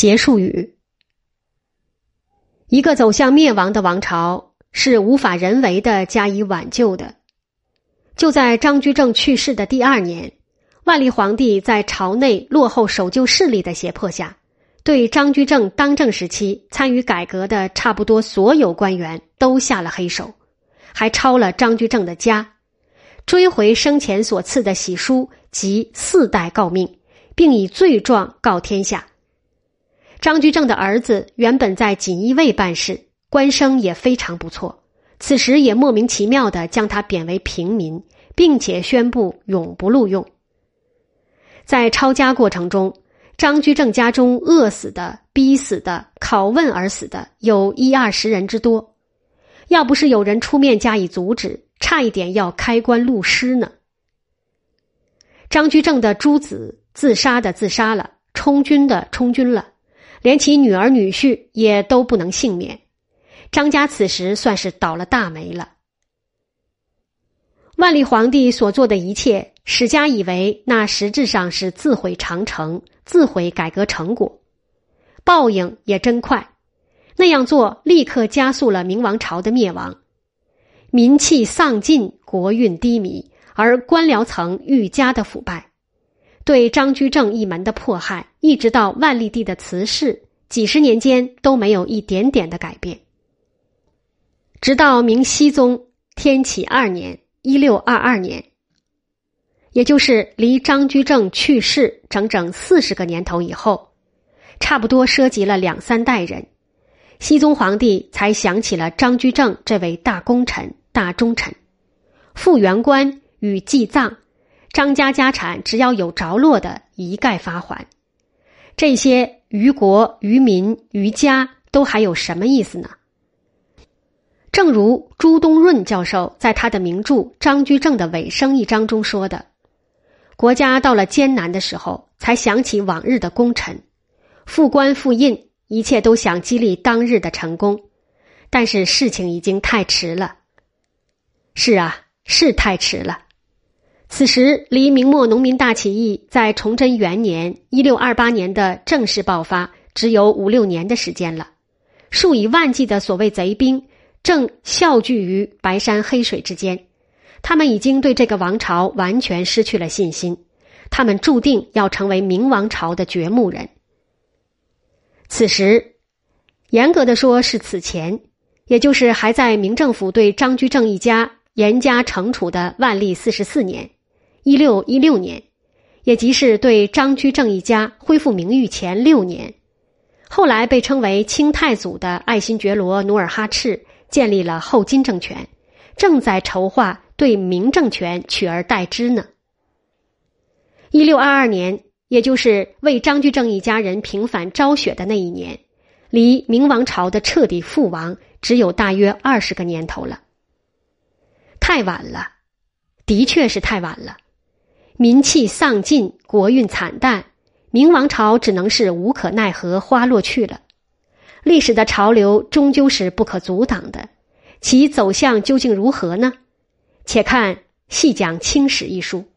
结束语。一个走向灭亡的王朝是无法人为地加以挽救的。就在张居正去世的第2年，万历皇帝在朝内落后守旧势力的胁迫下，对张居正当政时期参与改革的差不多所有官员都下了黑手，还抄了张居正的家，追回生前所赐的玺书及4代诰命，并以罪状告天下。张居正的儿子原本在锦衣卫办事，官声也非常不错，此时也莫名其妙地将他贬为平民，并且宣布永不录用。在抄家过程中，张居正家中饿死的、逼死的、拷问而死的有10-20人之多，要不是有人出面加以阻止，差一点要开棺录尸呢。张居正的诸子自杀的自杀了，充军的充军了，连其女儿女婿也都不能幸免。张家此时算是倒了大霉了。万历皇帝所做的一切，史家以为那实质上是自毁长城，自毁改革成果，报应也真快。那样做立刻加速了明王朝的灭亡，民气丧尽，国运低迷，而官僚层愈加的腐败。对张居正一门的迫害，一直到万历帝的辞世，几十年间都没有一点点的改变。直到明熹宗天启2年1622年，也就是离张居正去世整整40个年头以后，差不多涉及了2-3代人，熹宗皇帝才想起了张居正这位大功臣、大忠臣，复原官与祭葬，张家家产只要有着落的一概发还。这些于国、于民、于家都还有什么意思呢？正如朱东润教授在他的名著《张居正的尾声》一章中说的，国家到了艰难的时候，才想起往日的功臣，复官复印，一切都想激励当日的成功，但是事情已经太迟了。是啊，是太迟了。此时离明末农民大起义在崇祯元年1628年的正式爆发只有5-6年的时间了，数以万计的所谓贼兵正笑聚于白山黑水之间，他们已经对这个王朝完全失去了信心，他们注定要成为明王朝的掘墓人。此时，严格的说是此前，也就是还在明政府对张居正一家严加惩处的万历44年1616年，也即是对张居正一家恢复名誉前6年，后来被称为清太祖的爱新觉罗努尔哈赤建立了后金政权，正在筹划对明政权取而代之呢。1622年，也就是为张居正一家人平反昭雪的那一年，离明王朝的彻底覆亡只有大约20个年头了。太晚了，的确是太晚了。民气丧尽，国运惨淡，明王朝只能是无可奈何花落去了。历史的潮流终究是不可阻挡的，其走向究竟如何呢？且看细讲清史一书。